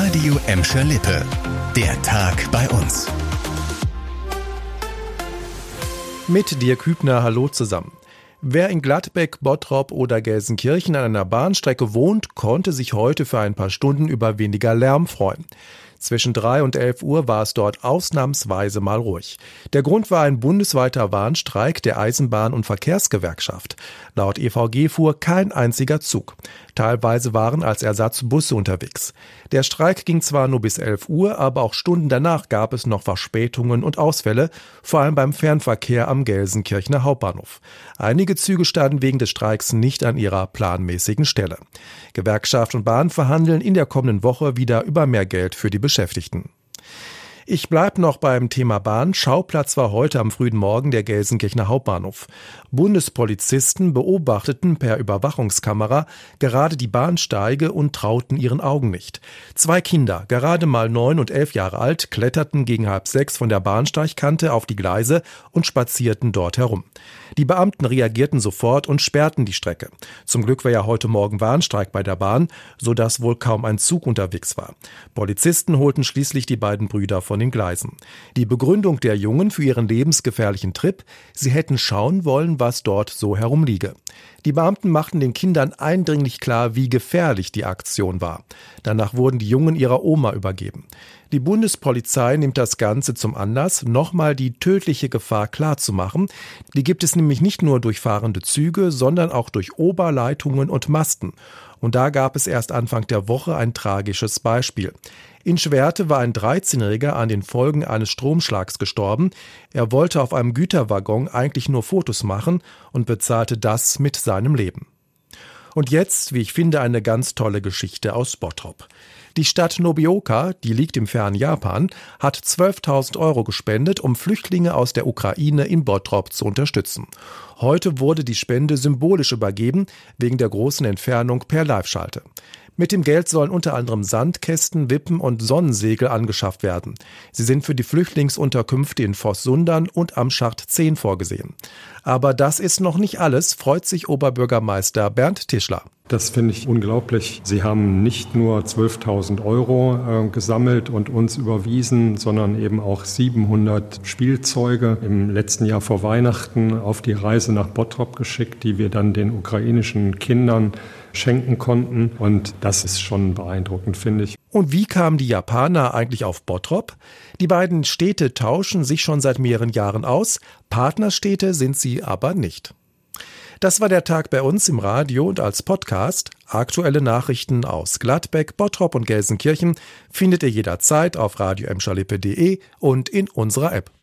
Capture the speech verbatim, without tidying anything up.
Radio Emscher Lippe. Der Tag bei uns. Mit Dirk Hübner, hallo zusammen. Wer in Gladbeck, Bottrop oder Gelsenkirchen an einer Bahnstrecke wohnt, konnte sich heute für ein paar Stunden über weniger Lärm freuen. Zwischen drei und elf Uhr war es dort ausnahmsweise mal ruhig. Der Grund war ein bundesweiter Warnstreik der Eisenbahn- und Verkehrsgewerkschaft. Laut E V G fuhr kein einziger Zug. Teilweise waren als Ersatz Busse unterwegs. Der Streik ging zwar nur bis elf Uhr, aber auch Stunden danach gab es noch Verspätungen und Ausfälle, vor allem beim Fernverkehr am Gelsenkirchener Hauptbahnhof. Einige Züge standen wegen des Streiks nicht an ihrer planmäßigen Stelle. Gewerkschaft und Bahn verhandeln in der kommenden Woche wieder über mehr Geld für die Beschäftigten. Ich bleib noch beim Thema Bahn. Schauplatz war heute am frühen Morgen der Gelsenkirchener Hauptbahnhof. Bundespolizisten beobachteten per Überwachungskamera gerade die Bahnsteige und trauten ihren Augen nicht. Zwei Kinder, gerade mal neun und elf Jahre alt, kletterten gegen halb sechs von der Bahnsteigkante auf die Gleise und spazierten dort herum. Die Beamten reagierten sofort und sperrten die Strecke. Zum Glück war ja heute Morgen Warnstreik bei der Bahn, sodass wohl kaum ein Zug unterwegs war. Polizisten holten schließlich die beiden Brüder von den Gleisen. Die Begründung der Jungen für ihren lebensgefährlichen Trip: sie hätten schauen wollen, was dort so herumliege. Die Beamten machten den Kindern eindringlich klar, wie gefährlich die Aktion war. Danach wurden die Jungen ihrer Oma übergeben. Die Bundespolizei nimmt das Ganze zum Anlass, nochmal die tödliche Gefahr klarzumachen. Die gibt es nämlich nicht nur durch fahrende Züge, sondern auch durch Oberleitungen und Masten. Und da gab es erst Anfang der Woche ein tragisches Beispiel. In Schwerte war ein dreizehnjähriger an den Folgen eines Stromschlags gestorben. Er wollte auf einem Güterwaggon eigentlich nur Fotos machen und bezahlte das mit seinem Leben. Und jetzt, wie ich finde, eine ganz tolle Geschichte aus Bottrop. Die Stadt Nobioka, die liegt im fernen Japan, hat zwölftausend Euro gespendet, um Flüchtlinge aus der Ukraine in Bottrop zu unterstützen. Heute wurde die Spende symbolisch übergeben, wegen der großen Entfernung per Live-Schalte. Mit dem Geld sollen unter anderem Sandkästen, Wippen und Sonnensegel angeschafft werden. Sie sind für die Flüchtlingsunterkünfte in Voß-Sundern und am Schacht zehn vorgesehen. Aber das ist noch nicht alles, freut sich Oberbürgermeister Bernd Tischler. Das finde ich unglaublich. Sie haben nicht nur zwölftausend Euro äh, gesammelt und uns überwiesen, sondern eben auch siebenhundert Spielzeuge im letzten Jahr vor Weihnachten auf die Reise nach Bottrop geschickt, die wir dann den ukrainischen Kindern schenken konnten. Und das ist schon beeindruckend, finde ich. Und wie kamen die Japaner eigentlich auf Bottrop? Die beiden Städte tauschen sich schon seit mehreren Jahren aus. Partnerstädte sind sie aber nicht. Das war der Tag bei uns im Radio und als Podcast. Aktuelle Nachrichten aus Gladbeck, Bottrop und Gelsenkirchen findet ihr jederzeit auf radio emscher lippe punkt de und in unserer App.